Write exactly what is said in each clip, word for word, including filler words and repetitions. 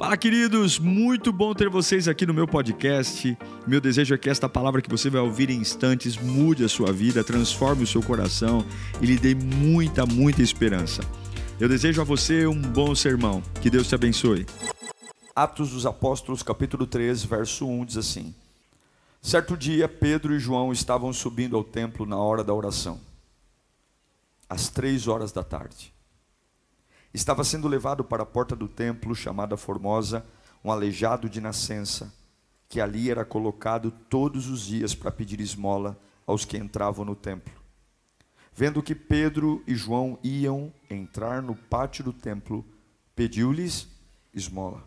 Fala, queridos, muito bom ter vocês aqui no meu podcast. Meu desejo é que esta palavra que você vai ouvir em instantes mude a sua vida, transforme o seu coração e lhe dê muita, muita esperança. Eu desejo a você um bom sermão. Que Deus te abençoe. Atos dos Apóstolos, capítulo três, verso um, diz assim: Certo dia, Pedro e João estavam subindo ao templo na hora da oração, às três horas da tarde. Estava sendo levado para a porta do templo, chamada Formosa, um aleijado de nascença, que ali era colocado todos os dias para pedir esmola aos que entravam no templo. Vendo que Pedro e João iam entrar no pátio do templo, pediu-lhes esmola.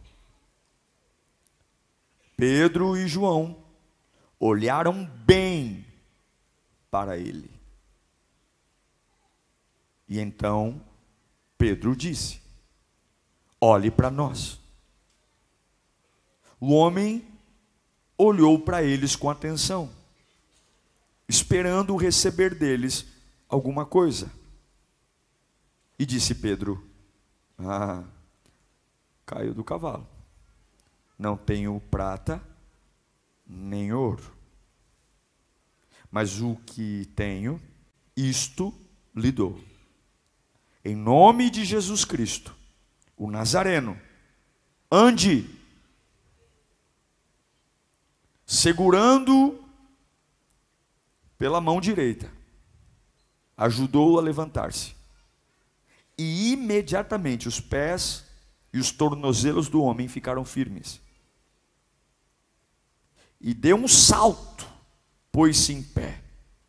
Pedro e João olharam bem para ele. E então Pedro disse: olhe para nós. O homem olhou para eles com atenção, esperando receber deles alguma coisa. E disse Pedro: Ah, caiu do cavalo. Não tenho prata nem ouro, mas o que tenho, isto lhe dou. Em nome de Jesus Cristo, o Nazareno, ande. Segurando pela mão direita, ajudou-o a levantar-se. E imediatamente os pés e os tornozelos do homem ficaram firmes. E deu um salto, pôs-se em pé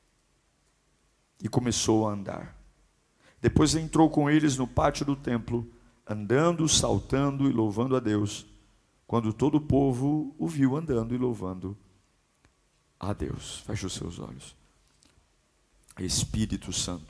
e começou a andar. Depois entrou com eles no pátio do templo, andando, saltando e louvando a Deus, quando todo o povo o viu andando e louvando a Deus. Feche os seus olhos. Espírito Santo,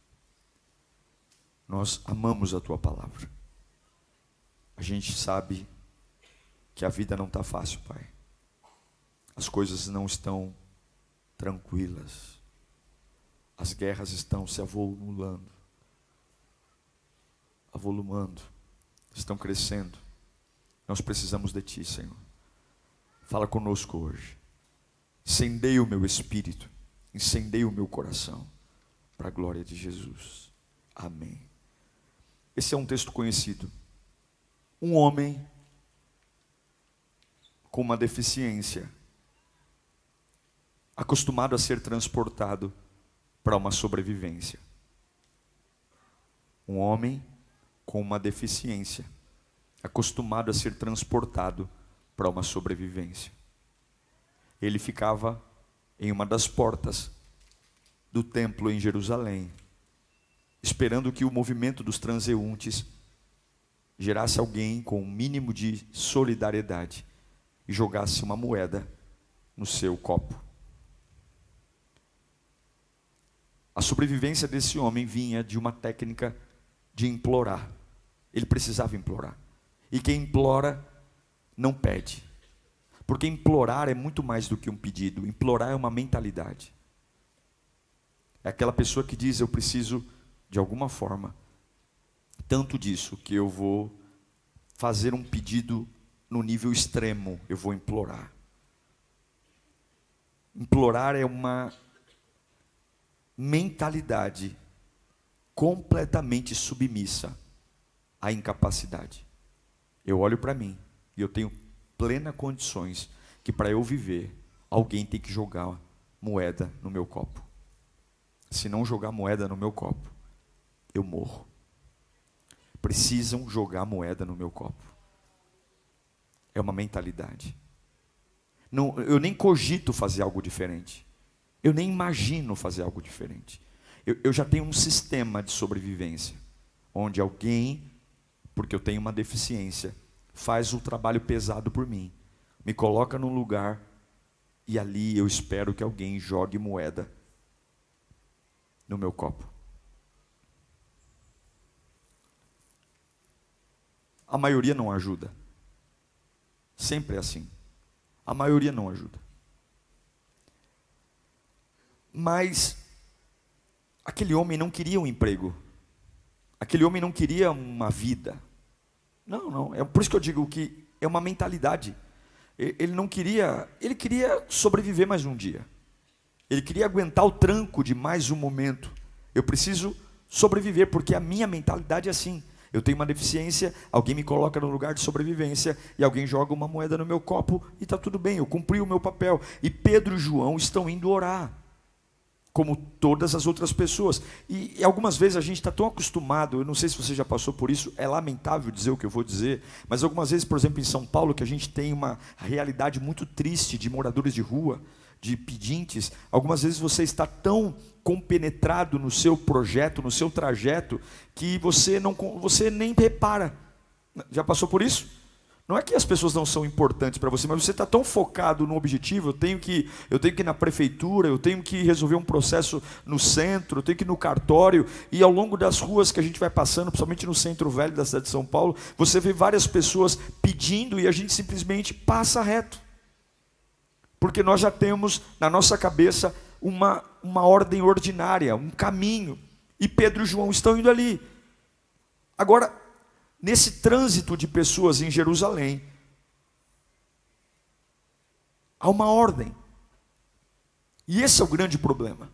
nós amamos a Tua palavra. A gente sabe que a vida não está fácil, Pai. As coisas não estão tranquilas. As guerras estão se avolumando. avolumando, estão crescendo. Nós precisamos de Ti, Senhor. Fala conosco hoje. Incendeia o meu espírito, incendeia o meu coração, para a glória de Jesus. Amém. Esse é um texto conhecido. Um homem com uma deficiência, acostumado a ser transportado para uma sobrevivência. Um homem com uma deficiência, acostumado a ser transportado para uma sobrevivência. Ele ficava em uma das portas do templo em Jerusalém, esperando que o movimento dos transeuntes gerasse alguém com um mínimo de solidariedade e jogasse uma moeda no seu copo. A sobrevivência desse homem vinha de uma técnica de implorar. Ele precisava implorar. E quem implora não pede. Porque implorar é muito mais do que um pedido. Implorar é uma mentalidade. É aquela pessoa que diz: eu preciso de alguma forma tanto disso que eu vou fazer um pedido no nível extremo. Eu vou implorar. Implorar é uma mentalidade completamente submissa à incapacidade. Eu olho para mim e eu tenho plenas condições que para eu viver, alguém tem que jogar moeda no meu copo. Se não jogar moeda no meu copo, eu morro. Precisam jogar moeda no meu copo. É uma mentalidade. Não, eu nem cogito fazer algo diferente. Eu nem imagino fazer algo diferente. Eu, eu já tenho um sistema de sobrevivência, onde alguém, porque eu tenho uma deficiência, faz o trabalho pesado por mim, me coloca num lugar e ali eu espero que alguém jogue moeda no meu copo. A maioria não ajuda. Sempre é assim. A maioria não ajuda. Mas aquele homem não queria um emprego. Aquele homem não queria uma vida. Não, não. É por isso que eu digo que é uma mentalidade. Ele não queria, ele queria sobreviver mais um dia. Ele queria aguentar o tranco de mais um momento. Eu preciso sobreviver, porque a minha mentalidade é assim. Eu tenho uma deficiência, alguém me coloca no lugar de sobrevivência e alguém joga uma moeda no meu copo e está tudo bem, eu cumpri o meu papel. E Pedro e João estão indo orar, como todas as outras pessoas. E, e algumas vezes a gente está tão acostumado, eu não sei se você já passou por isso, é lamentável dizer o que eu vou dizer, mas algumas vezes, por exemplo, em São Paulo, que a gente tem uma realidade muito triste de moradores de rua, de pedintes, algumas vezes você está tão compenetrado no seu projeto, no seu trajeto, que você, não, você nem repara. Já passou por isso? Não é que as pessoas não são importantes para você, mas você está tão focado no objetivo. Eu tenho que, eu tenho que ir na prefeitura, eu tenho que resolver um processo no centro, eu tenho que ir no cartório, e ao longo das ruas que a gente vai passando, principalmente no centro velho da cidade de São Paulo, você vê várias pessoas pedindo e a gente simplesmente passa reto. Porque nós já temos na nossa cabeça uma, uma ordem ordinária, um caminho. E Pedro e João estão indo ali. Agora, nesse trânsito de pessoas em Jerusalém, há uma ordem. E esse é o grande problema.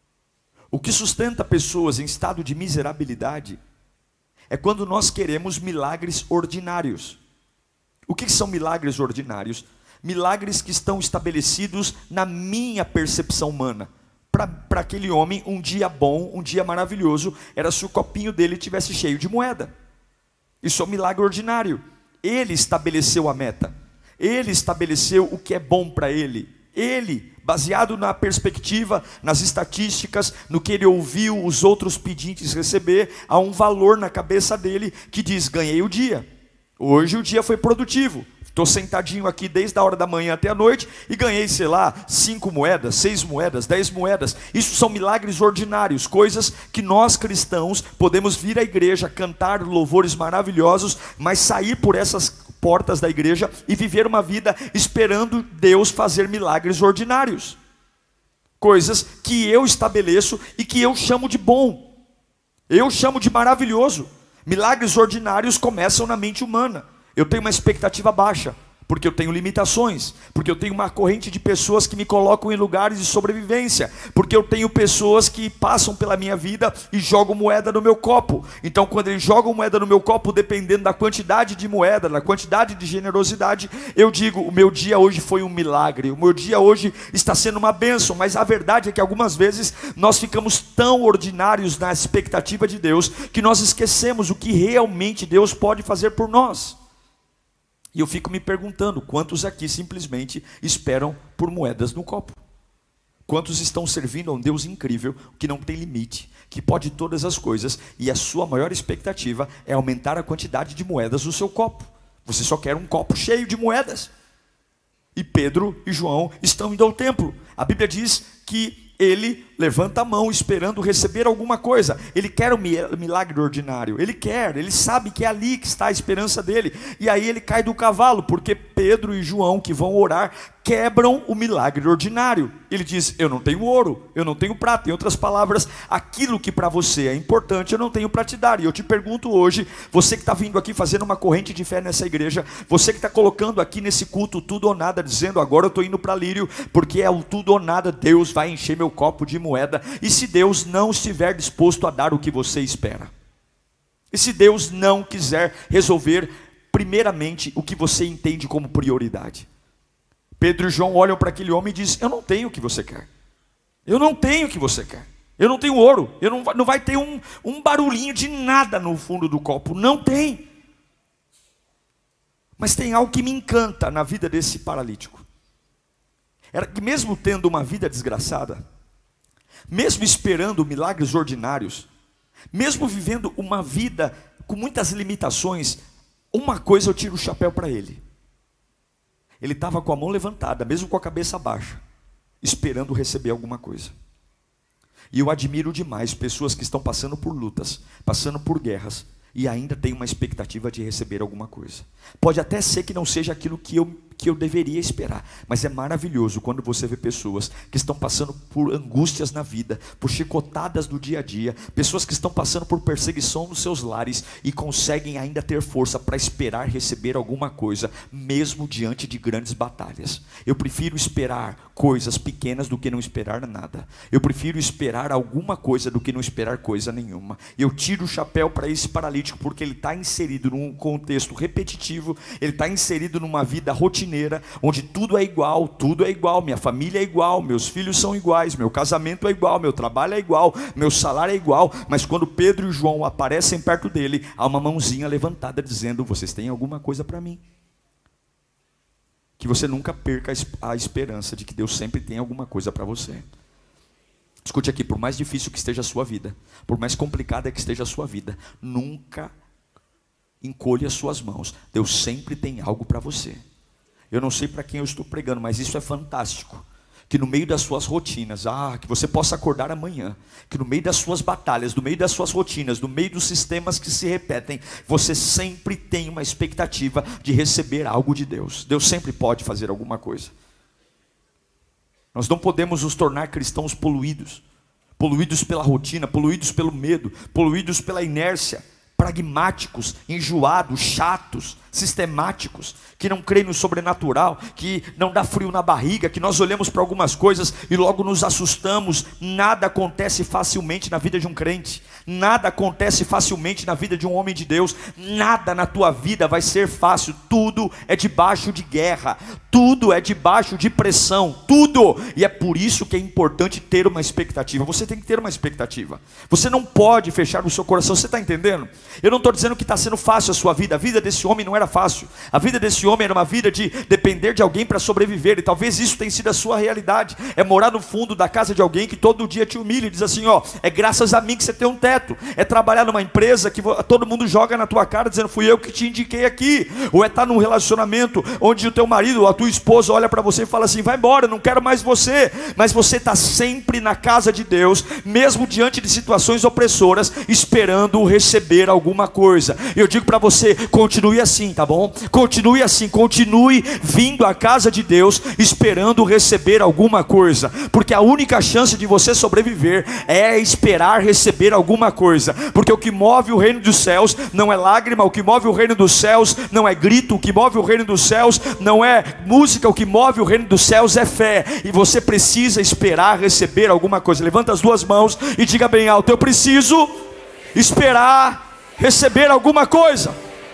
O que sustenta pessoas em estado de miserabilidade é quando nós queremos milagres ordinários. O que são milagres ordinários? Milagres que estão estabelecidos na minha percepção humana. Para aquele homem, um dia bom, um dia maravilhoso, era se o copinho dele tivesse cheio de moeda. Isso é um milagre ordinário. Ele estabeleceu a meta. Ele estabeleceu o que é bom para ele. Ele, baseado na perspectiva, nas estatísticas, no que ele ouviu os outros pedintes receber, há um valor na cabeça dele que diz: ganhei o dia. Hoje o dia foi produtivo. Estou sentadinho aqui desde a hora da manhã até a noite e ganhei, sei lá, cinco moedas, seis moedas, dez moedas. Isso são milagres ordinários, coisas que nós cristãos podemos vir à igreja, cantar louvores maravilhosos, mas sair por essas portas da igreja e viver uma vida esperando Deus fazer milagres ordinários. Coisas que eu estabeleço e que eu chamo de bom, eu chamo de maravilhoso. Milagres ordinários começam na mente humana. Eu tenho uma expectativa baixa, porque eu tenho limitações, porque eu tenho uma corrente de pessoas que me colocam em lugares de sobrevivência, porque eu tenho pessoas que passam pela minha vida e jogam moeda no meu copo. Então, quando eles jogam moeda no meu copo, dependendo da quantidade de moeda, da quantidade de generosidade, eu digo: o meu dia hoje foi um milagre, o meu dia hoje está sendo uma bênção. Mas a verdade é que algumas vezes nós ficamos tão ordinários na expectativa de Deus, que nós esquecemos o que realmente Deus pode fazer por nós. E eu fico me perguntando, quantos aqui simplesmente esperam por moedas no copo? Quantos estão servindo a um Deus incrível, que não tem limite, que pode todas as coisas, e a sua maior expectativa é aumentar a quantidade de moedas no seu copo? Você só quer um copo cheio de moedas. E Pedro e João estão indo ao templo. A Bíblia diz que ele levanta a mão esperando receber alguma coisa. Ele quer um milagre ordinário. Ele quer, ele sabe que é ali que está a esperança dele. E aí ele cai do cavalo, porque Pedro e João, que vão orar, quebram o milagre ordinário. Ele diz: eu não tenho ouro, eu não tenho prata. Em outras palavras, aquilo que para você é importante, eu não tenho para te dar. E eu te pergunto hoje, você que está vindo aqui fazendo uma corrente de fé nessa igreja, você que está colocando aqui nesse culto tudo ou nada, dizendo: agora eu estou indo para Lírio, porque é o tudo ou nada, Deus vai encher meu copo de moeda. E se Deus não estiver disposto a dar o que você espera? E se Deus não quiser resolver primeiramente o que você entende como prioridade? Pedro e João olham para aquele homem e dizem: eu não tenho o que você quer. Eu não tenho o que você quer. Eu não tenho ouro. Eu não, não vai ter um, um barulhinho de nada no fundo do copo. Não tem. Mas tem algo que me encanta na vida desse paralítico. Era que mesmo tendo uma vida desgraçada, mesmo esperando milagres ordinários, mesmo vivendo uma vida com muitas limitações, uma coisa eu tiro o chapéu para ele. Ele estava com a mão levantada, mesmo com a cabeça baixa, esperando receber alguma coisa. E eu admiro demais pessoas que estão passando por lutas, passando por guerras, e ainda têm uma expectativa de receber alguma coisa. Pode até ser que não seja aquilo que eu que eu deveria esperar. Mas é maravilhoso quando você vê pessoas que estão passando por angústias na vida, por chicotadas do dia a dia, pessoas que estão passando por perseguição nos seus lares e conseguem ainda ter força para esperar receber alguma coisa, mesmo diante de grandes batalhas. Eu prefiro esperar coisas pequenas do que não esperar nada. Eu prefiro esperar alguma coisa do que não esperar coisa nenhuma. Eu tiro o chapéu para esse paralítico porque ele está inserido num contexto repetitivo, ele está inserido numa vida rotineira, onde tudo é igual, tudo é igual, minha família é igual, meus filhos são iguais, meu casamento é igual, meu trabalho é igual, meu salário é igual. Mas quando Pedro e João aparecem perto dele, há uma mãozinha levantada dizendo: vocês têm alguma coisa para mim? Que você nunca perca a esperança de que Deus sempre tem alguma coisa para você. Escute aqui, por mais difícil que esteja a sua vida, por mais complicada que esteja a sua vida, nunca encolha as suas mãos. Deus sempre tem algo para você. Eu não sei para quem eu estou pregando, mas isso é fantástico. Que no meio das suas rotinas, ah, que você possa acordar amanhã, que no meio das suas batalhas, no meio das suas rotinas, no meio dos sistemas que se repetem, você sempre tem uma expectativa de receber algo de Deus. Deus sempre pode fazer alguma coisa. Nós não podemos nos tornar cristãos poluídos, poluídos pela rotina, poluídos pelo medo, poluídos pela inércia, pragmáticos, enjoados, chatos, sistemáticos, que não creem no sobrenatural, que não dá frio na barriga, que nós olhamos para algumas coisas e logo nos assustamos. Nada acontece facilmente na vida de um crente, nada acontece facilmente na vida de um homem de Deus, nada na tua vida vai ser fácil, tudo é debaixo de guerra, tudo é debaixo de pressão, tudo, e é por isso que é importante ter uma expectativa. Você tem que ter uma expectativa, você não pode fechar o seu coração. Você está entendendo? Eu não estou dizendo que está sendo fácil a sua vida, a vida desse homem não era fácil, a vida desse homem era uma vida de depender de alguém para sobreviver, e talvez isso tenha sido a sua realidade, é morar no fundo da casa de alguém que todo dia te humilha e diz assim: ó, é graças a mim que você tem um teto, é trabalhar numa empresa que todo mundo joga na tua cara dizendo: fui eu que te indiquei aqui, ou é estar num relacionamento onde o teu marido ou a tua esposa olha para você e fala assim: vai embora, não quero mais você, mas você está sempre na casa de Deus, mesmo diante de situações opressoras, esperando receber alguma coisa. Eu digo para você, continue assim, tá bom? Continue assim, continue vindo à casa de Deus, esperando receber alguma coisa, porque a única chance de você sobreviver é esperar receber alguma coisa, porque o que move o reino dos céus não é lágrima, o que move o reino dos céus não é grito, o que move o reino dos céus não é música, o que move o reino dos céus é fé, e você precisa esperar receber alguma coisa. Levanta as duas mãos e diga bem alto: eu preciso esperar receber alguma coisa.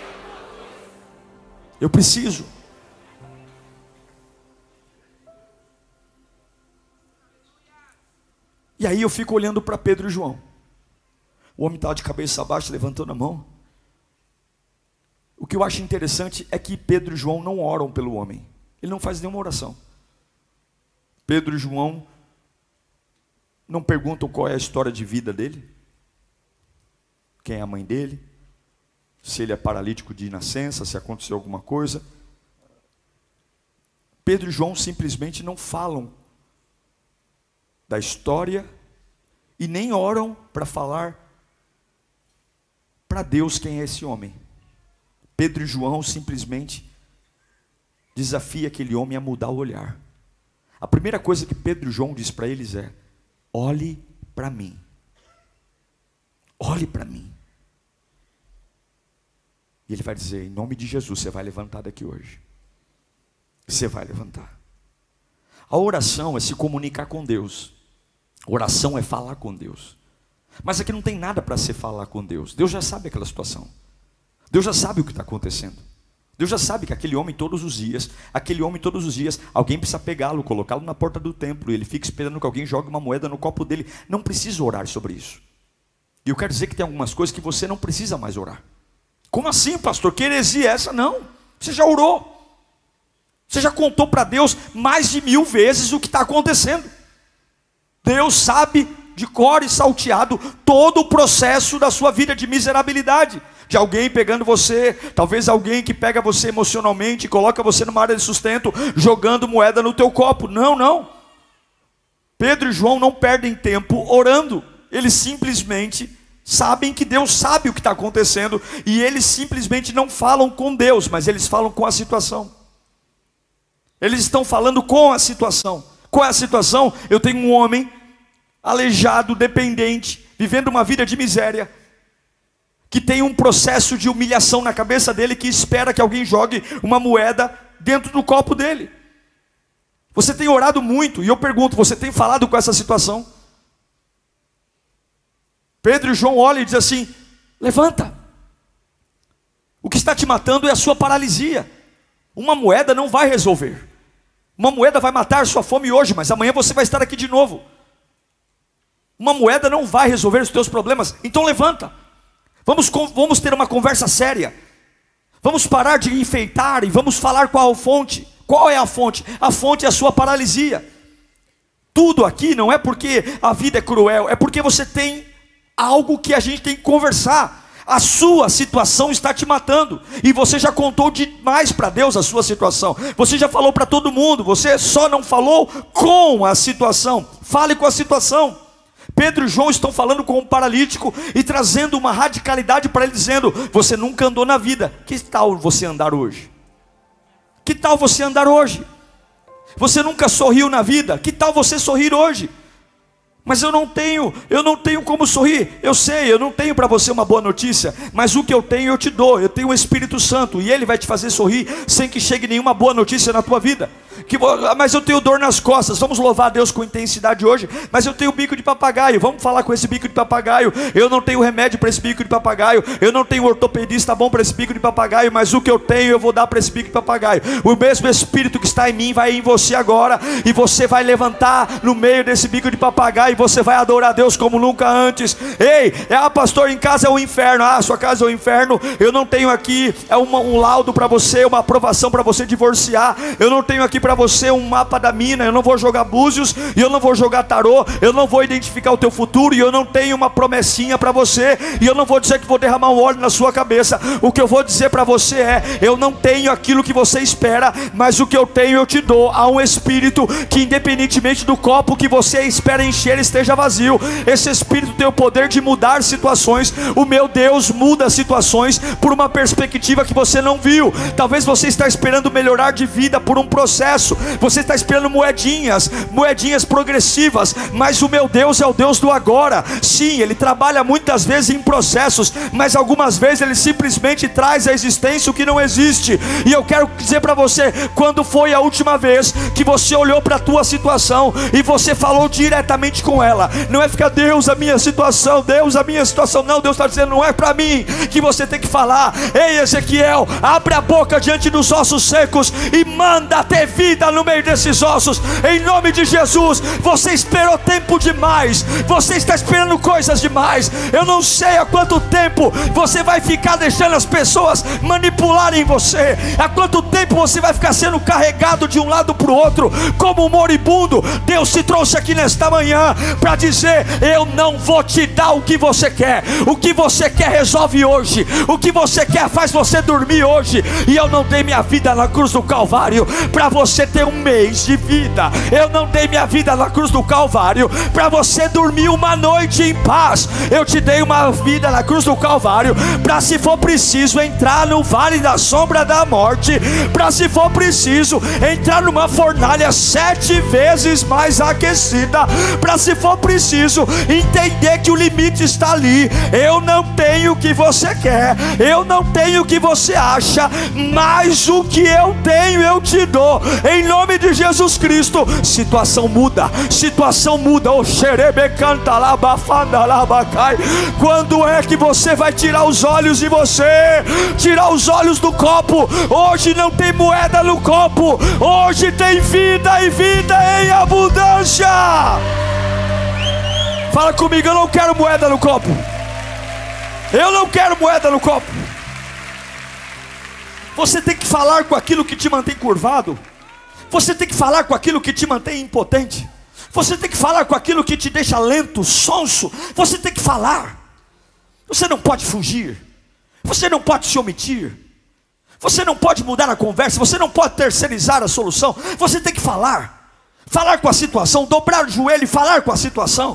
Eu preciso. E aí eu fico olhando para Pedro e João. O homem estava de cabeça baixa, levantando a mão. O que eu acho interessante é que Pedro e João não oram pelo homem. Ele não faz nenhuma oração. Pedro e João não perguntam qual é a história de vida dele, quem é a mãe dele, se ele é paralítico de nascença, se aconteceu alguma coisa. Pedro e João simplesmente não falam da história e nem oram para falar para Deus quem é esse homem. Pedro e João simplesmente desafia aquele homem a mudar o olhar. A primeira coisa que Pedro e João diz para eles é: olhe para mim. Olhe para mim. E ele vai dizer: em nome de Jesus, você vai levantar daqui hoje. Você vai levantar. A oração é se comunicar com Deus. A oração é falar com Deus. Mas aqui não tem nada para se falar com Deus. Deus já sabe aquela situação. Deus já sabe o que está acontecendo. Deus já sabe que aquele homem todos os dias, aquele homem todos os dias, alguém precisa pegá-lo, colocá-lo na porta do templo, e ele fica esperando que alguém jogue uma moeda no copo dele. Não precisa orar sobre isso. E eu quero dizer que tem algumas coisas que você não precisa mais orar. Como assim, pastor? Que heresia é essa? Não, você já orou. Você já contou para Deus mais de mil vezes o que está acontecendo. Deus sabe de cor e salteado todo o processo da sua vida de miserabilidade, de alguém pegando você, talvez alguém que pega você emocionalmente, coloca você numa área de sustento, jogando moeda no teu copo. Não, não. Pedro e João não perdem tempo orando. Eles simplesmente sabem que Deus sabe o que está acontecendo, e eles simplesmente não falam com Deus, mas eles falam com a situação. Eles estão falando com a situação. Qual é a situação? Eu tenho um homem aleijado, dependente, vivendo uma vida de miséria, que tem um processo de humilhação na cabeça dele, que espera que alguém jogue uma moeda dentro do copo dele. Você tem orado muito, e eu pergunto, você tem falado com essa situação? Pedro e João olham e dizem assim: levanta. O que está te matando é a sua paralisia. Uma moeda não vai resolver. Uma moeda vai matar a sua fome hoje, mas amanhã você vai estar aqui de novo. Uma moeda não vai resolver os teus problemas, então levanta. Vamos, vamos ter uma conversa séria. Vamos parar de enfeitar e vamos falar qual a fonte. Qual é a fonte? A fonte é a sua paralisia. Tudo aqui não é porque a vida é cruel, é porque você tem algo que a gente tem que conversar. A sua situação está te matando, e você já contou demais para Deus a sua situação. Você já falou para todo mundo, você só não falou com a situação. Fale com a situação. Pedro e João estão falando com um paralítico e trazendo uma radicalidade para ele, dizendo: você nunca andou na vida, que tal você andar hoje? Que tal você andar hoje? Você nunca sorriu na vida, que tal você sorrir hoje? Mas eu não tenho, eu não tenho como sorrir. Eu sei, eu não tenho para você uma boa notícia, mas o que eu tenho eu te dou. Eu tenho o Espírito Santo, e Ele vai te fazer sorrir sem que chegue nenhuma boa notícia na tua vida. Que, mas eu tenho dor nas costas. Vamos louvar a Deus com intensidade hoje. Mas eu tenho bico de papagaio. Vamos falar com esse bico de papagaio. Eu não tenho remédio para esse bico de papagaio. Eu não tenho ortopedista bom para esse bico de papagaio. Mas o que eu tenho eu vou dar para esse bico de papagaio. O mesmo Espírito que está em mim vai em você agora, e você vai levantar no meio desse bico de papagaio, e você vai adorar a Deus como nunca antes. Ei, é a pastor, em casa é o inferno. Ah, sua casa é o inferno. Eu não tenho aqui é uma, um laudo para você, uma aprovação para você divorciar. Eu não tenho aqui para você um mapa da mina. Eu não vou jogar búzios, e eu não vou jogar tarô. Eu não vou identificar o teu futuro, e eu não tenho uma promessinha para você, e eu não vou dizer que vou derramar um óleo na sua cabeça. O que eu vou dizer para você é: eu não tenho aquilo que você espera, mas o que eu tenho eu te dou. Há um Espírito que, independentemente do copo que você espera encher esteja vazio, esse Espírito tem o poder de mudar situações. O meu Deus muda situações por uma perspectiva que você não viu. Talvez você está esperando melhorar de vida por um processo, você está esperando moedinhas, moedinhas progressivas, mas o meu Deus é o Deus do agora. Sim, Ele trabalha muitas vezes em processos, mas algumas vezes Ele simplesmente traz à existência o que não existe. E eu quero dizer para você: quando foi a última vez que você olhou para a tua situação e você falou diretamente com ela? Não é ficar: Deus, a minha situação, Deus, a minha situação. Não, Deus está dizendo: não é para mim que você tem que falar. Ei, Ezequiel, abre a boca diante dos ossos secos e manda ter vida no meio desses ossos, em nome de Jesus. Você esperou tempo demais, você está esperando coisas demais. Eu não sei há quanto tempo você vai ficar deixando as pessoas manipularem você, há quanto tempo você vai ficar sendo carregado de um lado para o outro como um moribundo. Deus te trouxe aqui nesta manhã para dizer: eu não vou te dar o que você quer. O que você quer resolve hoje. O que você quer faz você dormir hoje. E eu não dei minha vida na cruz do Calvário para você ter um mês de vida. Eu não dei minha vida na cruz do Calvário para você dormir uma noite em paz. Eu te dei uma vida na cruz do Calvário para, se for preciso, entrar no vale da sombra da morte, para, se for preciso, entrar numa fornalha sete vezes mais aquecida, para, se for preciso, entender que o limite está ali. Eu não tenho o que você quer, eu não tenho o que você acha, mas o que eu tenho eu te dou, em nome de Jesus Cristo. Situação muda, situação muda. O xerebe canta lá, bafanda lá, bacai. Quando é que você vai tirar os olhos de você? Tirar os olhos do copo. Hoje não tem moeda no copo, hoje tem vida, e vida em abundância. Fala comigo: eu não quero moeda no copo. Eu não quero moeda no copo. Você tem que falar com aquilo que te mantém curvado. Você tem que falar com aquilo que te mantém impotente. Você tem que falar com aquilo que te deixa lento, sonso. Você tem que falar. Você não pode fugir. Você não pode se omitir. Você não pode mudar a conversa. Você não pode terceirizar a solução. Você tem que falar. Falar com a situação, dobrar o joelho e falar com a situação.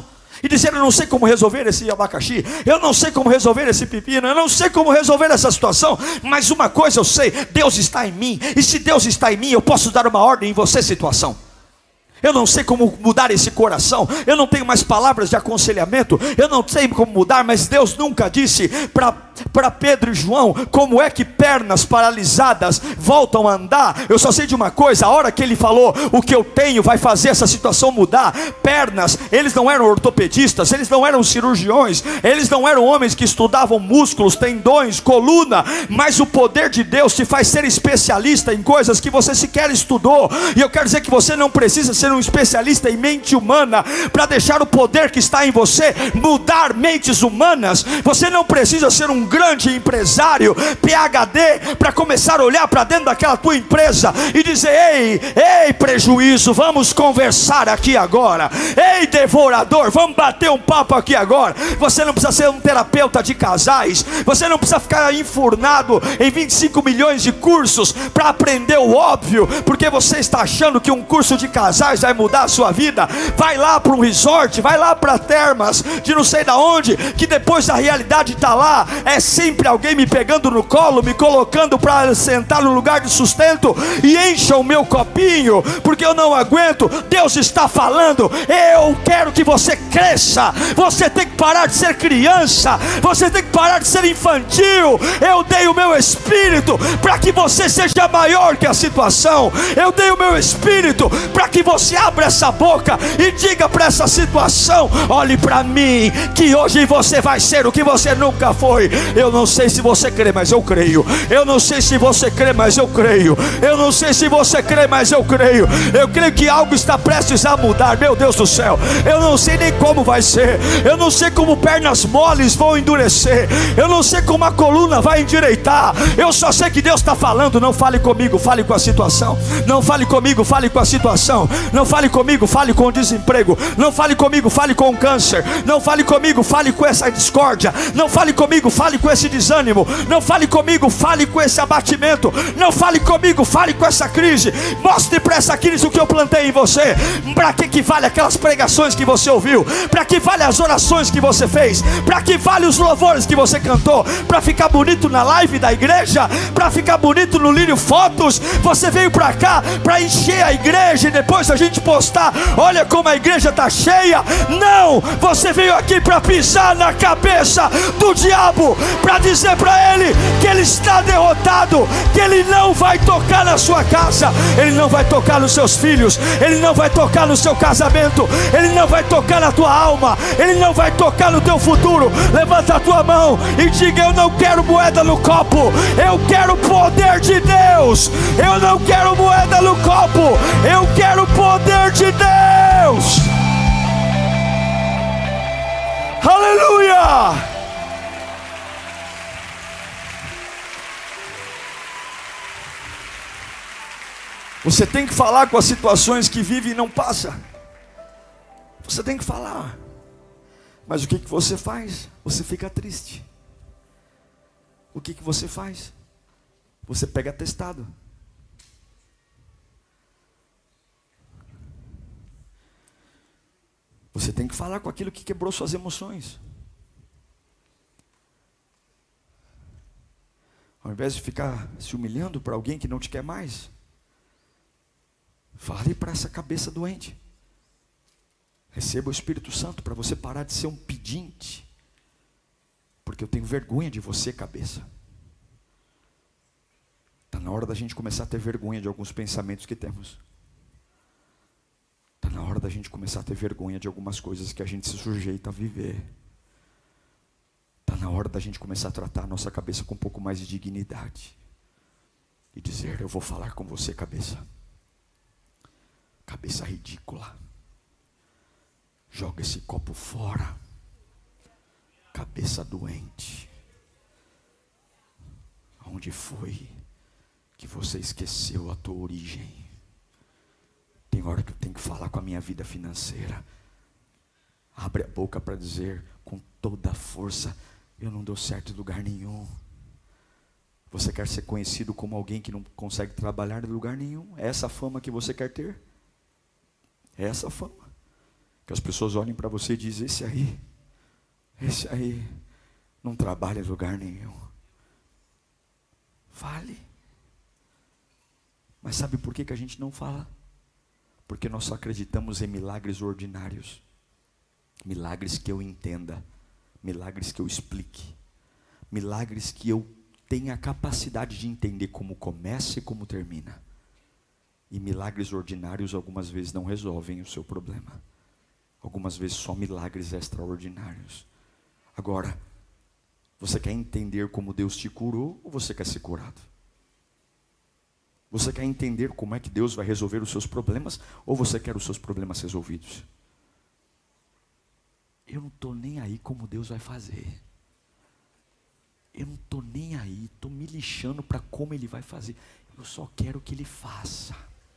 e dizer: eu não sei como resolver esse abacaxi, eu não sei como resolver esse pepino, eu não sei como resolver essa situação, mas uma coisa eu sei: Deus está em mim, e se Deus está em mim, eu posso dar uma ordem em você, situação. Eu não sei como mudar esse coração, eu não tenho mais palavras de aconselhamento, eu não sei como mudar, mas Deus nunca disse para Pedro e João como é que pernas paralisadas voltam a andar. Eu só sei de uma coisa: a hora que ele falou, o que eu tenho vai fazer essa situação mudar. Pernas, eles não eram ortopedistas, eles não eram cirurgiões, eles não eram homens que estudavam músculos, tendões, coluna, mas o poder de Deus te faz ser especialista em coisas que você sequer estudou. E eu quero dizer que você não precisa ser um especialista em mente humana para deixar o poder que está em você mudar mentes humanas. Você não precisa ser um grande empresário P H D para começar a olhar para dentro daquela tua empresa e dizer: ei, ei prejuízo, vamos conversar aqui agora. Ei devorador, vamos bater um papo aqui agora. Você não precisa ser um terapeuta de casais, você não precisa ficar enfurnado em vinte e cinco milhões de cursos para aprender o óbvio, porque você está achando que um curso de casais vai mudar a sua vida. Vai lá para um resort, vai lá para termas de não sei da onde, que depois da realidade está lá, é sempre alguém me pegando no colo, me colocando para sentar no lugar de sustento, e encha o meu copinho, porque eu não aguento. Deus está falando: eu quero que você cresça, você tem que parar de ser criança, você tem que parar de ser infantil. Eu dei o meu espírito para que você seja maior que a situação, eu dei o meu espírito para que você abra essa boca e diga para essa situação: olhe para mim, que hoje você vai ser o que você nunca foi. Eu não sei se você crê, mas eu creio. Eu não sei se você crê, mas eu creio. Eu não sei se você crê, mas eu creio. Eu creio que algo está prestes a mudar, meu Deus do céu. Eu não sei nem como vai ser, eu não sei como pernas moles vão endurecer, eu não sei como a coluna vai endireitar. Eu só sei que Deus está falando: não fale comigo, fale com a situação. Não fale comigo, fale com a situação. Não fale comigo, fale com o desemprego. Não fale comigo, fale com o câncer. Não fale comigo, fale com essa discórdia. Não fale comigo, fale com esse desânimo. Não fale comigo, fale com esse abatimento. Não fale comigo, fale com essa crise. Mostre para essa crise o que eu plantei em você. Para que que vale aquelas pregações que você ouviu? Para que vale as orações que você fez? Para que vale os louvores que você cantou? Para ficar bonito na live da igreja? Para ficar bonito no Lírio Fotos? Você veio para cá para encher a igreja e depois a gente postar: olha como a igreja está cheia? Não, você veio aqui para pisar na cabeça do diabo, para dizer para ele que ele está derrotado, que ele não vai tocar na sua casa, ele não vai tocar nos seus filhos, ele não vai tocar no seu casamento, ele não vai tocar na tua alma, ele não vai tocar no teu futuro. Levanta a tua mão e diga: eu não quero moeda no copo, eu quero o poder de Deus. Eu não quero moeda no copo, eu quero o poder de Deus. Aleluia! Você tem que falar com as situações que vive e não passa. Você tem que falar. Mas o que que você faz? Você fica triste. O que que você faz? Você pega atestado. Você tem que falar com aquilo que quebrou suas emoções. Ao invés de ficar se humilhando para alguém que não te quer mais, fale para essa cabeça doente. Receba o Espírito Santo para você parar de ser um pedinte. Porque eu tenho vergonha de você, cabeça. Está na hora da gente começar a ter vergonha de alguns pensamentos que temos. Está na hora da gente começar a ter vergonha de algumas coisas que a gente se sujeita a viver. Está na hora da gente começar a tratar a nossa cabeça com um pouco mais de dignidade. E dizer: eu vou falar com você, cabeça. Cabeça ridícula. Joga esse copo fora. Cabeça doente. Onde foi que você esqueceu a tua origem? Tem hora que eu tenho que falar com a minha vida financeira. Abre a boca para dizer com toda a força: eu não dou certo em lugar nenhum. Você quer ser conhecido como alguém que não consegue trabalhar em lugar nenhum? É essa a fama que você quer ter? É essa a fama? Que as pessoas olhem para você e dizem: esse aí, esse aí não trabalha em lugar nenhum. Fale. Mas sabe por que que a gente não fala? Porque nós só acreditamos em milagres ordinários. Milagres que eu entenda. Milagres que eu explique. Milagres que eu tenha a capacidade de entender como começa e como termina. E milagres ordinários algumas vezes não resolvem o seu problema. Algumas vezes só milagres extraordinários. Agora, você quer entender como Deus te curou ou você quer ser curado? Você quer entender como é que Deus vai resolver os seus problemas ou você quer os seus problemas resolvidos? Eu não estou nem aí como Deus vai fazer. Eu não estou nem aí, estou me lixando para como Ele vai fazer. Eu só quero que Ele faça.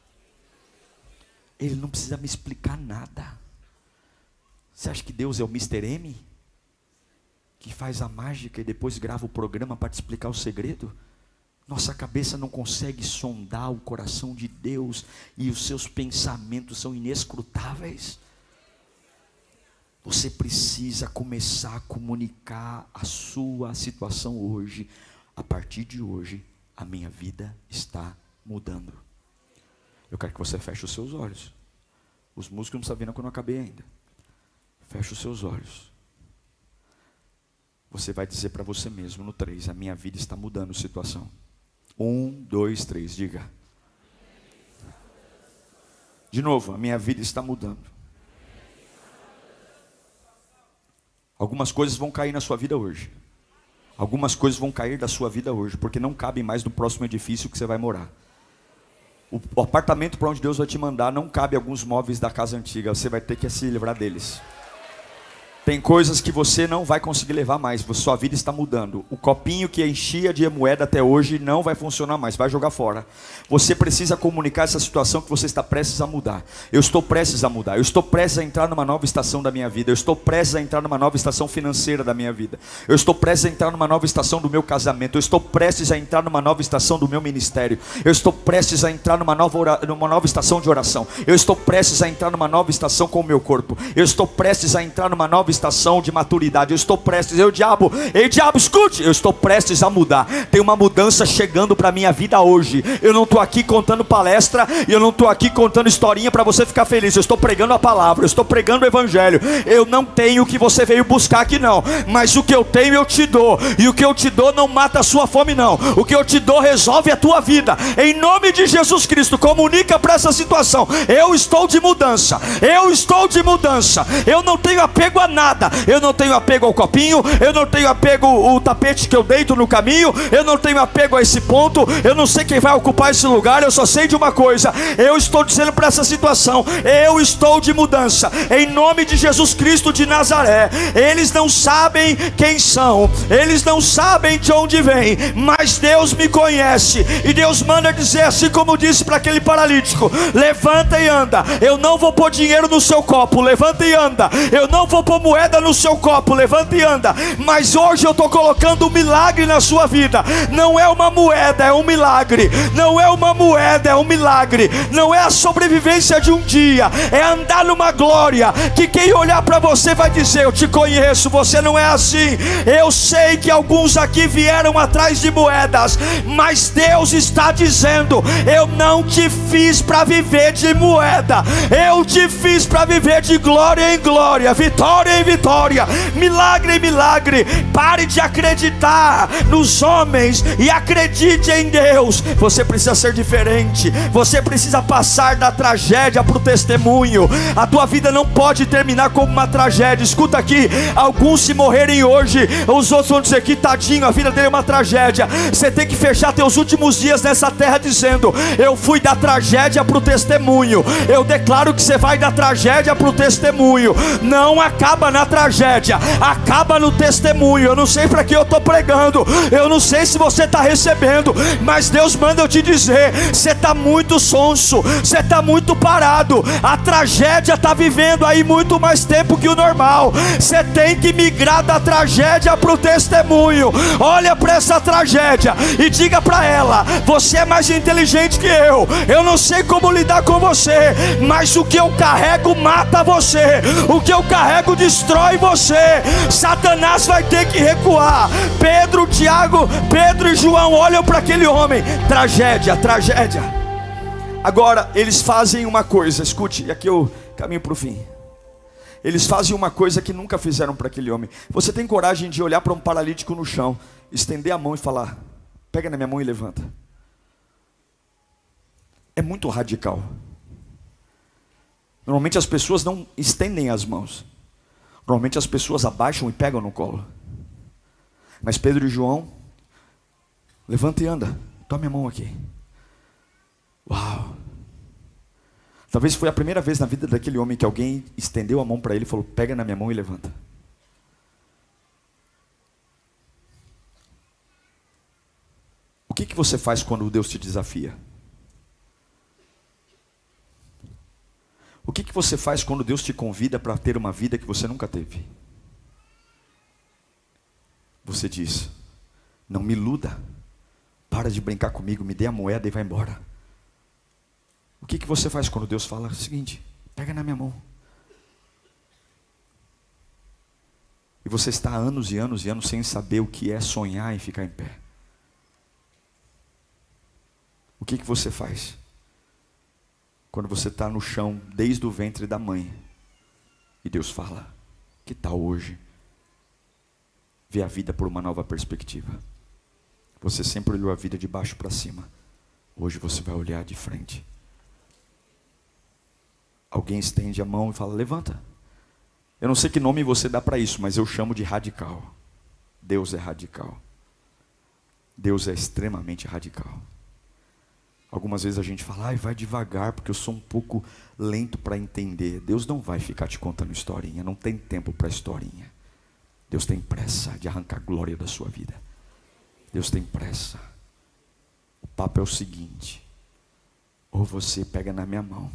Ele não precisa me explicar nada. Você acha que Deus é o mister M? Que faz a mágica e depois grava o programa para te explicar o segredo? Nossa cabeça não consegue sondar o coração de Deus e os seus pensamentos são inescrutáveis. Você precisa começar a comunicar a sua situação hoje. A partir de hoje, a minha vida está mudando. Eu quero que você feche os seus olhos. Os músicos não estão vendo que eu não acabei ainda. Feche os seus olhos. Você vai dizer para você mesmo no três: a minha vida está mudando de situação. Um, dois, três, diga. De novo, a minha vida está mudando. Algumas coisas vão cair na sua vida hoje. Algumas coisas vão cair da sua vida hoje, porque não cabe mais no próximo edifício que você vai morar. O, o apartamento para onde Deus vai te mandar não cabe alguns móveis da casa antiga, você vai ter que se livrar deles. Tem coisas que você não vai conseguir levar mais, sua vida está mudando. O copinho que enchia de moeda até hoje não vai funcionar mais, vai jogar fora. Você precisa comunicar essa situação que você está prestes a mudar. Eu estou prestes a mudar, eu estou prestes a entrar numa nova estação da minha vida. Eu estou prestes a entrar numa nova estação financeira da minha vida. Eu estou prestes a entrar numa nova estação do meu casamento. Eu estou prestes a entrar numa nova estação do meu ministério. Eu estou prestes a entrar numa nova, ora... numa nova estação de oração. Eu estou prestes a entrar numa nova estação com o meu corpo. Eu estou prestes a entrar numa nova estação de maturidade. Eu estou prestes, eu diabo, ei diabo, escute, eu estou prestes a mudar. Tem uma mudança chegando para a minha vida hoje. Eu não estou aqui contando palestra, e eu não estou aqui contando historinha para você ficar feliz. Eu estou pregando a palavra, eu estou pregando o evangelho. Eu não tenho o que você veio buscar aqui não, mas o que eu tenho eu te dou, e o que eu te dou não mata a sua fome não. O que eu te dou resolve a tua vida. Em nome de Jesus Cristo, comunica para essa situação: eu estou de mudança, eu estou de mudança. Eu não tenho apego a nada. Eu não tenho apego ao copinho, eu não tenho apego ao tapete que eu deito no caminho, eu não tenho apego a esse ponto, eu não sei quem vai ocupar esse lugar. Eu só sei de uma coisa: eu estou dizendo para essa situação, eu estou de mudança, em nome de Jesus Cristo de Nazaré. Eles não sabem quem são, eles não sabem de onde vêm, mas Deus me conhece, e Deus manda dizer, assim como disse para aquele paralítico: levanta e anda. Eu não vou pôr dinheiro no seu copo, levanta e anda. Eu não vou pôr moeda no seu copo, levanta e anda. Mas hoje eu estou colocando um milagre na sua vida. Não é uma moeda, é um milagre. Não é uma moeda, é um milagre. Não é a sobrevivência de um dia, é andar numa glória que quem olhar para você vai dizer: eu te conheço, você não é assim. Eu sei que alguns aqui vieram atrás de moedas, mas Deus está dizendo: eu não te fiz para viver de moeda, eu te fiz para viver de glória em glória, vitória em vitória, milagre em milagre. Pare de acreditar nos homens e acredite em Deus. Você precisa ser diferente, você precisa passar da tragédia para o testemunho. A tua vida não pode terminar como uma tragédia. Escuta aqui, alguns se morrerem hoje, os outros vão dizer que tadinho, a vida dele é uma tragédia. Você tem que fechar teus últimos dias nessa terra dizendo: eu fui da tragédia para o testemunho. Eu declaro que você vai da tragédia para o testemunho. Não acaba acaba na tragédia, acaba no testemunho. Eu não sei para que eu estou pregando, eu não sei se você está recebendo, mas Deus manda eu te dizer: você está muito sonso, você está muito parado. A tragédia está vivendo aí muito mais tempo que o normal. Você tem que migrar da tragédia para o testemunho. Olha para essa tragédia e diga para ela: você é mais inteligente que eu, eu não sei como lidar com você, mas o que eu carrego mata você, o que eu carrego destrói você. Satanás vai ter que recuar. Pedro, Tiago, Pedro e João olham para aquele homem. Tragédia, tragédia. Agora eles fazem uma coisa, escute, e aqui eu caminho para o fim. Eles fazem uma coisa que nunca fizeram para aquele homem. Você tem coragem de olhar para um paralítico no chão, estender a mão e falar: pega na minha mão e levanta? É muito radical. Normalmente as pessoas não estendem as mãos, normalmente as pessoas abaixam e pegam no colo. Mas Pedro e João: levanta e anda, toma minha mão aqui. Uau! Talvez foi a primeira vez na vida daquele homem que alguém estendeu a mão para ele e falou: pega na minha mão e levanta. O que que você faz quando Deus te desafia? O que que você faz quando Deus te convida para ter uma vida que você nunca teve? Você diz: não me iluda, para de brincar comigo, me dê a moeda e vai embora. O que que você faz quando Deus fala o seguinte: pega na minha mão? E você está há anos e anos e anos sem saber o que é sonhar e ficar em pé. O que que você faz quando você está no chão desde o ventre da mãe e Deus fala: que tal hoje ver a vida por uma nova perspectiva? Você sempre olhou a vida de baixo para cima, hoje você vai olhar de frente. Alguém estende a mão e fala: levanta. Eu não sei que nome você dá para isso, mas eu chamo de radical. Deus é radical. Deus é extremamente radical. Algumas vezes a gente fala: ai, vai devagar, porque eu sou um pouco lento para entender. Deus não vai ficar te contando historinha, não tem tempo para historinha. Deus tem pressa de arrancar a glória da sua vida. Deus tem pressa. O papo é o seguinte: ou você pega na minha mão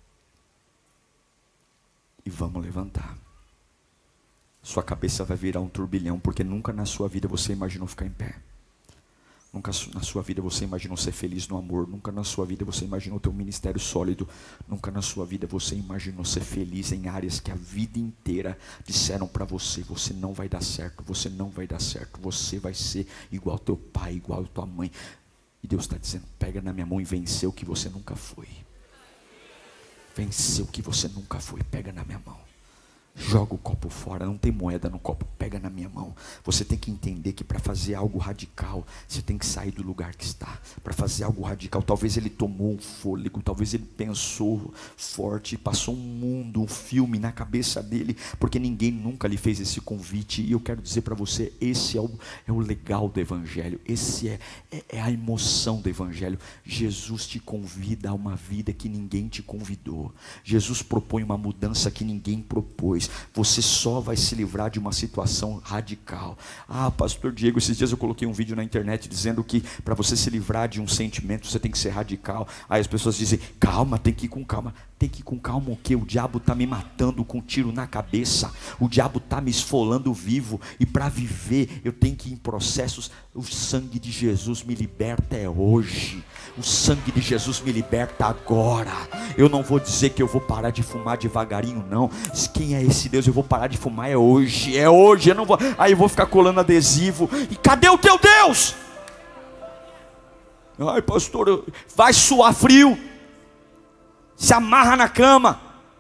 e vamos levantar. Sua cabeça vai virar um turbilhão, porque nunca na sua vida você imaginou ficar em pé. Nunca na sua vida você imaginou ser feliz no amor. Nunca na sua vida você imaginou ter um ministério sólido. Nunca na sua vida você imaginou ser feliz em áreas que a vida inteira disseram para você: você não vai dar certo, você não vai dar certo, você vai ser igual ao teu pai, igual à tua mãe. E Deus está dizendo: pega na minha mão e venceu o que você nunca foi. Venceu o que você nunca foi, pega na minha mão. Joga o copo fora, não tem moeda no copo, pega na minha mão. Você tem que entender que para fazer algo radical, você tem que sair do lugar que está. Para fazer algo radical, talvez ele tomou um fôlego, talvez ele pensou forte, passou um mundo, um filme na cabeça dele, porque ninguém nunca lhe fez esse convite. E eu quero dizer para você: esse é o, é o legal do Evangelho, esse é, é, é a emoção do Evangelho. Jesus te convida a uma vida que ninguém te convidou. Jesus propõe uma mudança que ninguém propôs. Você só vai se livrar de uma situação radical. Ah, pastor Diego, esses dias eu coloquei um vídeo na internet dizendo que para você se livrar de um sentimento você tem que ser radical. Aí as pessoas dizem: calma, tem que ir com calma. Tem que ir com calma o quê? O diabo está me matando com um tiro na cabeça. O diabo está me esfolando vivo. E para viver eu tenho que ir em processos. O sangue de Jesus me liberta é hoje. O sangue de Jesus me liberta agora. Eu não vou dizer que eu vou parar de fumar devagarinho, não. Quem é esse Deus? Eu vou parar de fumar é hoje. É hoje, eu não vou. Aí eu vou ficar colando adesivo. E cadê o teu Deus? Ai, pastor, vai suar frio, se amarra na cama.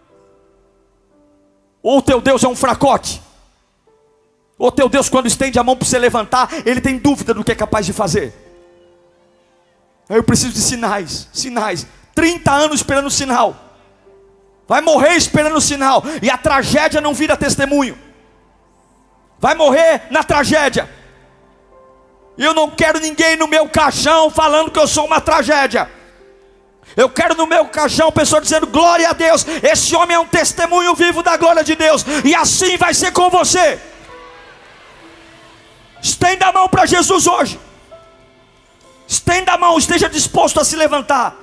Ou o teu Deus é um fracote. Ou teu Deus, quando estende a mão para você levantar, ele tem dúvida do que é capaz de fazer. Eu preciso de sinais, sinais. trinta anos esperando sinal. Vai morrer esperando sinal. E a tragédia não vira testemunho. Vai morrer na tragédia. Eu não quero ninguém no meu caixão falando que eu sou uma tragédia. Eu quero no meu caixão pessoas dizendo glória a Deus. Esse homem é um testemunho vivo da glória de Deus. E assim vai ser com você. Estenda a mão para Jesus hoje. Estenda a mão, esteja disposto a se levantar.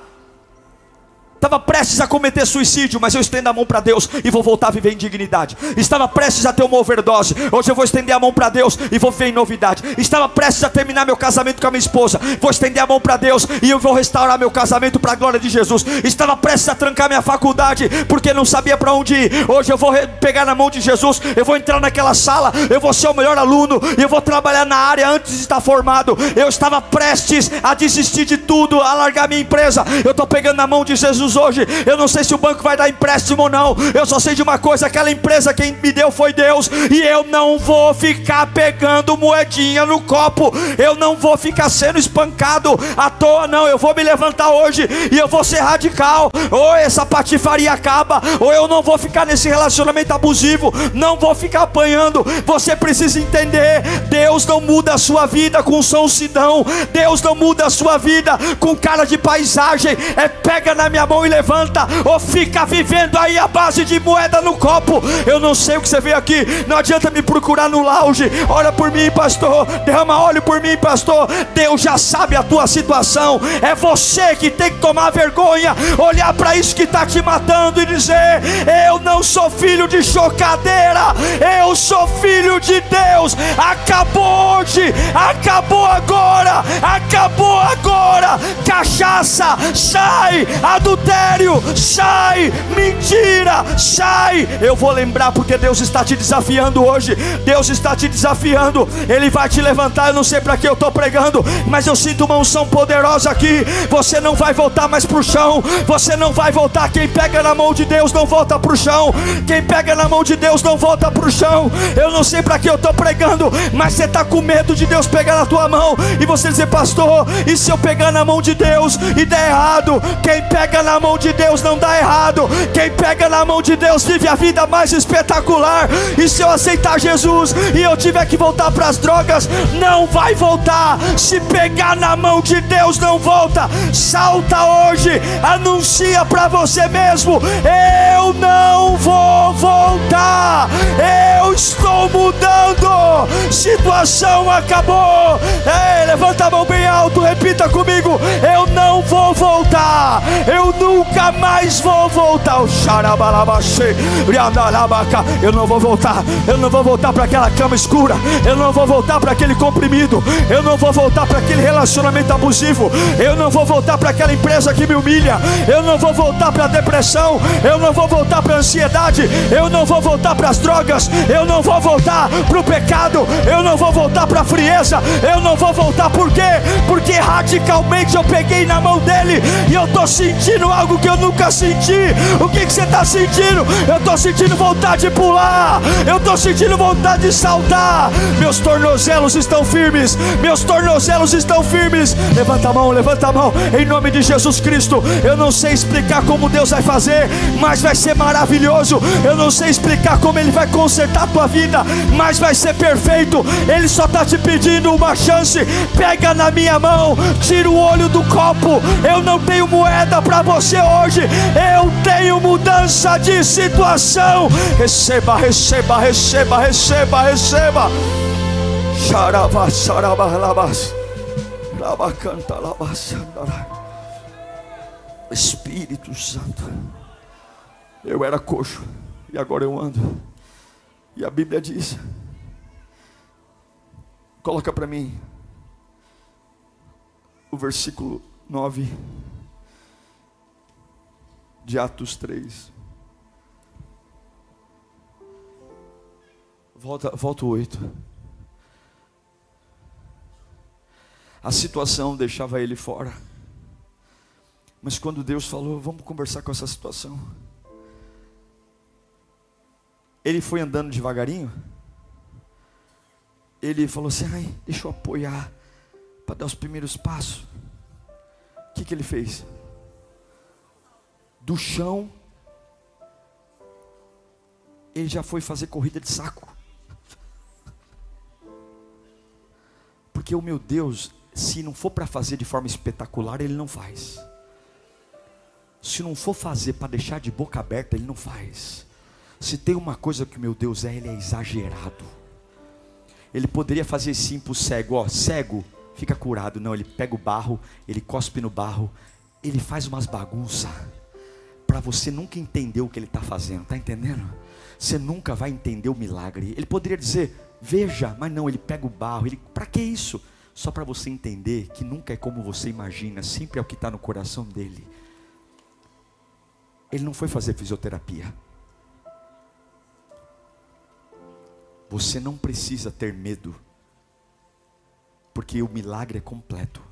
Estava prestes a cometer suicídio, mas eu estendo a mão para Deus e vou voltar a viver em dignidade. Estava prestes a ter uma overdose, hoje eu vou estender a mão para Deus e vou viver em novidade. Estava prestes a terminar meu casamento com a minha esposa, vou estender a mão para Deus e eu vou restaurar meu casamento para a glória de Jesus. Estava prestes a trancar minha faculdade, porque não sabia para onde ir. Hoje eu vou pegar na mão de Jesus, eu vou entrar naquela sala, eu vou ser o melhor aluno e eu vou trabalhar na área antes de estar formado. Eu estava prestes a desistir de tudo, a largar minha empresa. Eu estou pegando na mão de Jesus hoje. Eu não sei se o banco vai dar empréstimo ou não. Eu só sei de uma coisa: aquela empresa quem me deu foi Deus. E eu não vou ficar pegando moedinha no copo. Eu não vou ficar sendo espancado à toa, não. Eu vou me levantar hoje e eu vou ser radical. Ou essa patifaria acaba, ou eu não vou ficar nesse relacionamento abusivo. Não vou ficar apanhando. Você precisa entender: Deus não muda a sua vida com sonsidão. Deus não muda a sua vida com cara de paisagem. É pega na minha mão e levanta, ou fica vivendo aí a base de moeda no copo. Eu não sei o que você veio aqui. Não adianta me procurar no lounge. Olha por mim, pastor. Derrama óleo por mim, pastor. Deus já sabe a tua situação. É você que tem que tomar vergonha, olhar para isso que está te matando e dizer: eu não sou filho de chocadeira, eu sou filho de Deus. Acabou hoje, acabou agora, acabou agora. Cachaça, sai. Adultério, sai. Mentira, sai. Eu vou lembrar, porque Deus está te desafiando hoje. Deus está te desafiando. Ele vai te levantar. Eu não sei para que eu estou pregando, mas eu sinto uma unção poderosa aqui. Você não vai voltar mais para o chão. Você não vai voltar. Quem pega na mão de Deus não volta para o chão. Quem pega na mão de Deus não volta para o chão. Eu não sei para que eu estou pregando, mas você está com medo de Deus pegar na tua mão e você dizer: pastor, e se eu pegar na mão de Deus e der errado? Quem pega na mão de Deus não dá errado. Quem pega na mão de Deus vive a vida mais espetacular. E se eu aceitar Jesus e eu tiver que voltar para as drogas, não vai voltar. Se pegar na mão de Deus, não volta. Salta hoje, anuncia para você mesmo: eu não vou voltar. Eu estou mudando. Situação acabou. Ei, levanta a mão bem alto, repita comigo: eu não vou voltar. Eu nunca mais vou voltar. Eu não vou voltar. Eu não vou voltar para aquela cama escura. Eu não vou voltar para aquele comprimido. Eu não vou voltar para aquele relacionamento abusivo. Eu não vou voltar para aquela empresa que me humilha. Eu não vou voltar para a depressão. Eu não vou voltar para a ansiedade. Eu não vou voltar para as drogas. Eu não vou voltar para o pecado. Eu não vou voltar para a frieza. Eu não vou voltar. Por quê? Porque radicalmente eu peguei na mão dele e eu estou sentindo algo que eu nunca senti. O que, que você está sentindo? Eu estou sentindo vontade de pular. Eu estou sentindo vontade de saltar. Meus tornozelos estão firmes. Meus tornozelos estão firmes. Levanta a mão, levanta a mão. Em nome de Jesus Cristo. Eu não sei explicar como Deus vai fazer, mas vai ser maravilhoso. Eu não sei explicar como Ele vai consertar a tua vida, mas vai ser perfeito. Ele só está te pedindo uma chance. Pega na minha mão, tira o olho do copo. Eu não tenho moeda para você hoje. Eu tenho mudança de situação. Receba, receba, receba, receba, receba. Xarabá, xarabá, labás. Laba canta, laba sandara. Espírito Santo. Eu era coxo e agora eu ando. E a Bíblia diz, coloca para mim o versículo nove de Atos três. Volta, volta o oito. A situação deixava ele fora, mas quando Deus falou: vamos conversar com essa situação, ele foi andando devagarinho. Ele falou assim: ai, deixa eu apoiar para dar os primeiros passos. O que que ele fez? Do chão ele já foi fazer corrida de saco. Porque o meu Deus, se não for para fazer de forma espetacular, Ele não faz. Se não for fazer para deixar de boca aberta, Ele não faz. Se tem uma coisa que o meu Deus é, Ele é exagerado. Ele poderia fazer sim para o cego, ó, cego, fica curado. Não, Ele pega o barro, Ele cospe no barro, Ele faz umas bagunças, para você nunca entender o que Ele está fazendo, está entendendo? Você nunca vai entender o milagre. Ele poderia dizer, veja, mas não, Ele pega o barro, Ele, para que isso? Só para você entender que nunca é como você imagina, sempre é o que está no coração dEle. Ele não foi fazer fisioterapia. Você não precisa ter medo, porque o milagre é completo.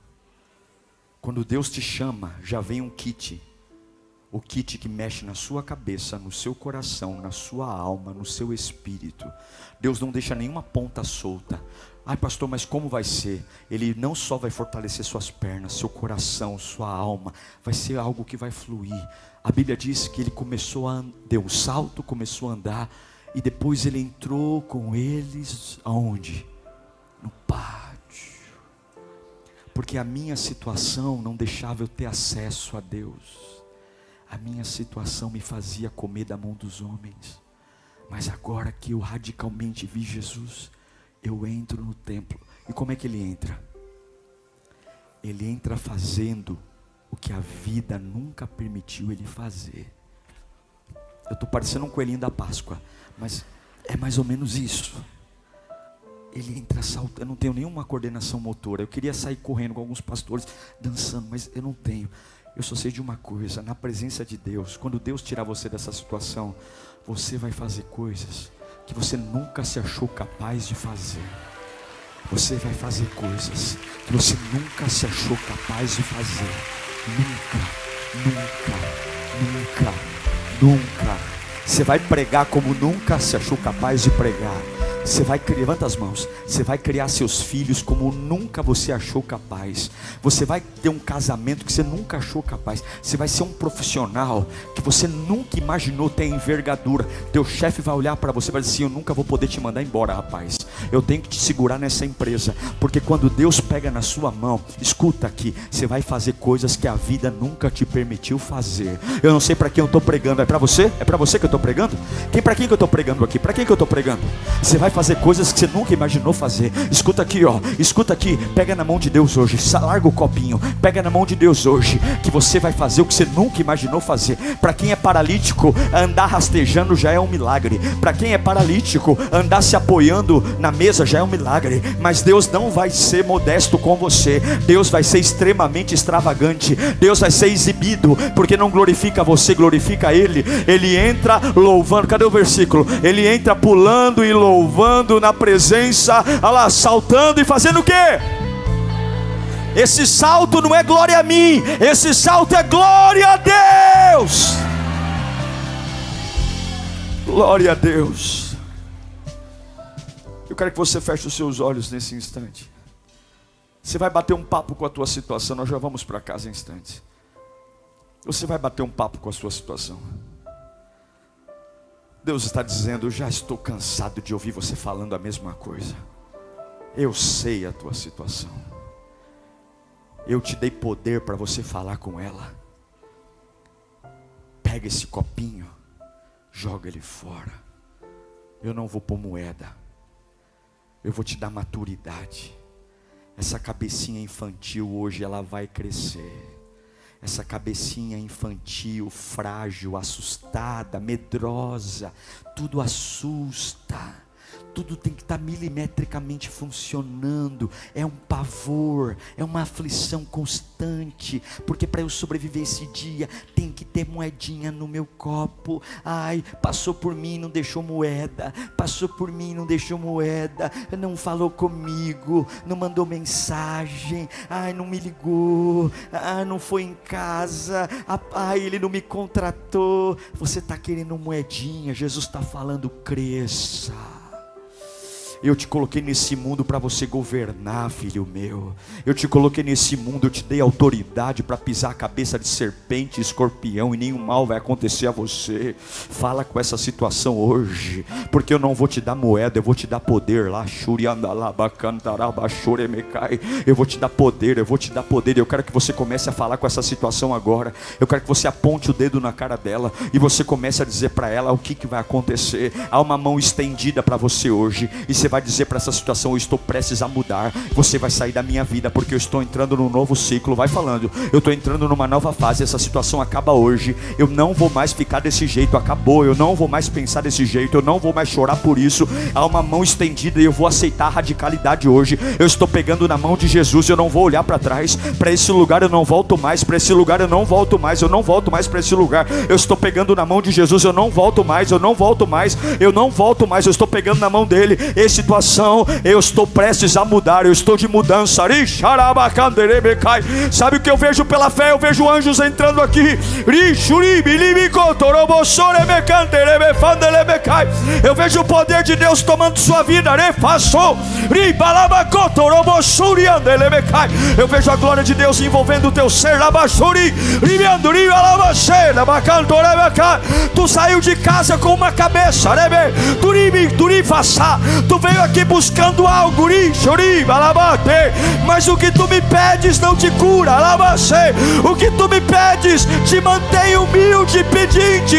Quando Deus te chama, já vem um kit. O kit que mexe na sua cabeça, no seu coração, na sua alma, no seu espírito. Deus não deixa nenhuma ponta solta. Ai pastor, mas como vai ser? Ele não só vai fortalecer suas pernas, seu coração, sua alma. Vai ser algo que vai fluir. A Bíblia diz que ele começou a deu um salto, começou a andar. E depois ele entrou com eles aonde? No pátio. Porque a minha situação não deixava eu ter acesso a Deus. A minha situação me fazia comer da mão dos homens. Mas agora que eu radicalmente vi Jesus, eu entro no templo. E como é que ele entra? Ele entra fazendo o que a vida nunca permitiu ele fazer. Eu estou parecendo um coelhinho da Páscoa, mas é mais ou menos isso. Ele entra saltando. Eu não tenho nenhuma coordenação motora. Eu queria sair correndo com alguns pastores, dançando, mas eu não tenho. Eu só sei de uma coisa, na presença de Deus, quando Deus tirar você dessa situação, você vai fazer coisas que você nunca se achou capaz de fazer. Você vai fazer coisas que você nunca se achou capaz de fazer. Nunca, nunca, nunca, nunca. Você vai pregar como nunca se achou capaz de pregar. Você vai criar, levanta as mãos. Você vai criar seus filhos como nunca você achou capaz. Você vai ter um casamento que você nunca achou capaz. Você vai ser um profissional que você nunca imaginou ter envergadura. Teu chefe vai olhar para você e vai dizer assim, eu nunca vou poder te mandar embora, rapaz. Eu tenho que te segurar nessa empresa. Porque quando Deus pega na sua mão, escuta aqui, você vai fazer coisas que a vida nunca te permitiu fazer. Eu não sei para quem eu estou pregando. É para você? É para você que eu estou pregando? Quem, para quem que eu estou pregando aqui? Para quem que eu estou pregando? Você vai fazer coisas que você nunca imaginou fazer. Escuta aqui, ó, escuta aqui. Pega na mão de Deus hoje, larga o copinho. Pega na mão de Deus hoje, que você vai fazer o que você nunca imaginou fazer. Para quem é paralítico, andar rastejando já é um milagre. Para quem é paralítico, andar se apoiando na mesa já é um milagre. Mas Deus não vai ser modesto com você. Deus vai ser extremamente extravagante. Deus vai ser exibido, porque não glorifica você, glorifica Ele. Ele entra louvando, cadê o versículo? Ele entra pulando e louvando na presença, olha lá, saltando e fazendo o quê? Esse salto não é glória a mim, esse salto é glória a Deus. Glória a Deus. Eu quero que você feche os seus olhos nesse instante. Você vai bater um papo com a tua situação. Nós já vamos para casa em instantes. Você vai bater um papo com a sua situação. Deus está dizendo, eu já estou cansado de ouvir você falando a mesma coisa. Eu sei a tua situação. Eu te dei poder para você falar com ela. Pega esse copinho, joga ele fora. Eu não vou pôr moeda. Eu vou te dar maturidade. Essa cabecinha infantil hoje ela vai crescer. Essa cabecinha infantil, frágil, assustada, medrosa, tudo assusta. Tudo tem que estar milimetricamente funcionando. É um pavor, é uma aflição constante. Porque para eu sobreviver esse dia, tem que ter moedinha no meu copo. Ai, passou por mim, não deixou moeda. Passou por mim, não deixou moeda. Não falou comigo, não mandou mensagem. Ai, não me ligou. Ai, não foi em casa. Ai, ele não me contratou. Você está querendo moedinha. Jesus está falando, cresça. Eu te coloquei nesse mundo para você governar, filho meu. Eu te coloquei nesse mundo, eu te dei autoridade para pisar a cabeça de serpente, escorpião, e nenhum mal vai acontecer a você. Fala com essa situação hoje, porque eu não vou te dar moeda, eu vou te dar poder. Eu vou te dar poder, eu vou te dar poder. Eu quero que você comece a falar com essa situação agora. Eu quero que você aponte o dedo na cara dela e você comece a dizer para ela o que, que vai acontecer. Há uma mão estendida para você hoje, e você vai dizer para essa situação: eu estou prestes a mudar, você vai sair da minha vida, porque eu estou entrando num novo ciclo. Vai falando: eu estou entrando numa nova fase, essa situação acaba hoje, eu não vou mais ficar desse jeito, acabou, eu não vou mais pensar desse jeito, eu não vou mais chorar por isso. Há uma mão estendida e eu vou aceitar a radicalidade hoje. Eu estou pegando na mão de Jesus, eu não vou olhar para trás. Para esse lugar eu não volto mais, para esse lugar eu não volto mais, eu não volto mais para esse lugar. Eu estou pegando na mão de Jesus, eu não volto mais, eu não volto mais, eu não volto mais, eu estou pegando na mão dele. Esse situação, eu estou prestes a mudar, eu estou de mudança. Sabe o que eu vejo pela fé? Eu vejo anjos entrando aqui. Eu vejo o poder de Deus tomando sua vida. Eu vejo a glória de Deus envolvendo o teu ser. Tu saiu de casa com uma cabeça, tu veio aqui buscando algo, mas o que tu me pedes não te cura. O que tu me pedes te mantém humilde, pedinte.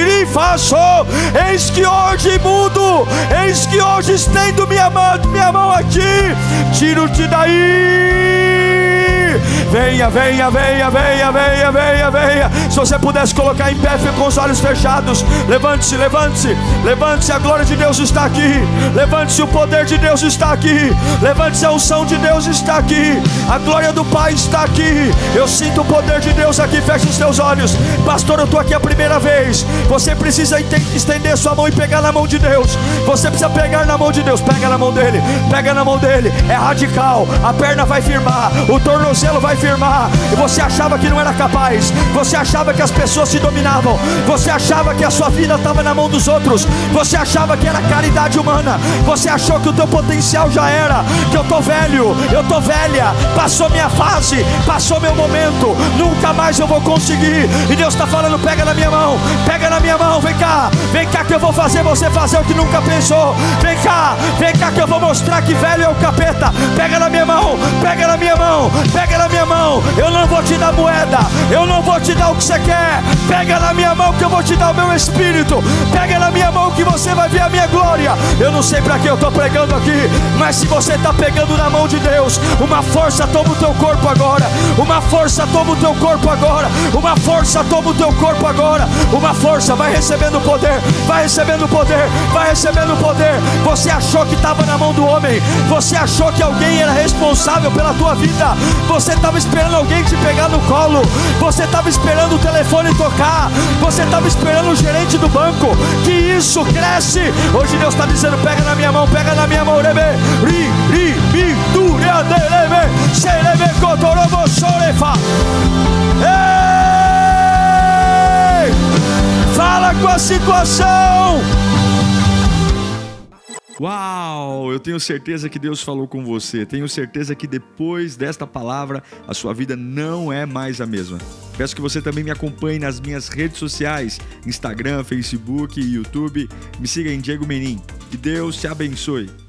Eis que hoje mudo, eis que hoje estendo minha mão, minha mão a ti, tiro-te daí. Venha, venha, venha, venha, venha, venha, venha. Se você pudesse colocar em pé com os olhos fechados, levante-se, levante-se, levante-se, a glória de Deus está aqui. Levante-se, o poder de Deus está aqui. Levante-se, a unção de Deus está aqui. A glória do Pai está aqui. Eu sinto o poder de Deus aqui. Feche os seus olhos. Pastor, eu estou aqui a primeira vez. Você precisa estender sua mão e pegar na mão de Deus. Você precisa pegar na mão de Deus. Pega na mão dele, pega na mão dele. É radical, a perna vai firmar, o tornozelo vai firmar. E você achava que não era capaz, você achava que as pessoas se dominavam, você achava que a sua vida estava na mão dos outros, você achava que era caridade humana, você achou que o teu potencial já era, que eu tô velho, eu tô velha, passou minha fase, passou meu momento, nunca mais eu vou conseguir. E Deus está falando: pega na minha mão, pega na minha mão, vem cá, vem cá que eu vou fazer você fazer o que nunca pensou. Vem cá, vem cá que eu vou mostrar que velho é o capeta. Pega na minha mão, pega na minha mão, pega na minha mão. Eu não vou te dar moeda, eu não vou te dar o que você quer. Pega na minha mão que eu vou te dar o meu espírito. Pega na minha mão que você vai ver a minha glória. Eu não sei para que eu estou pregando aqui, mas se você está pegando na mão de Deus, uma força toma o teu corpo agora. Uma força toma o teu corpo agora. Uma força toma o teu corpo agora. Uma força, vai recebendo poder, vai recebendo poder, vai recebendo poder. Você achou que estava na mão do homem, você achou que alguém era responsável pela tua vida, você estava esperando alguém te pegar no colo, você estava esperando o telefone tocar, você estava esperando o gerente do banco. Que isso, cresce. Hoje Deus está dizendo: pega na minha mão, pega na minha mão. Ri, ri, mi, tu, ria, de, leve, se, leve, cotorobo, sorefa. Ei! Fala com a situação. Uau, eu tenho certeza que Deus falou com você. Tenho certeza que depois desta palavra a sua vida não é mais a mesma. Peço que você também me acompanhe nas minhas redes sociais, Instagram, Facebook e YouTube. Me siga em Diego Menin. Que Deus te abençoe.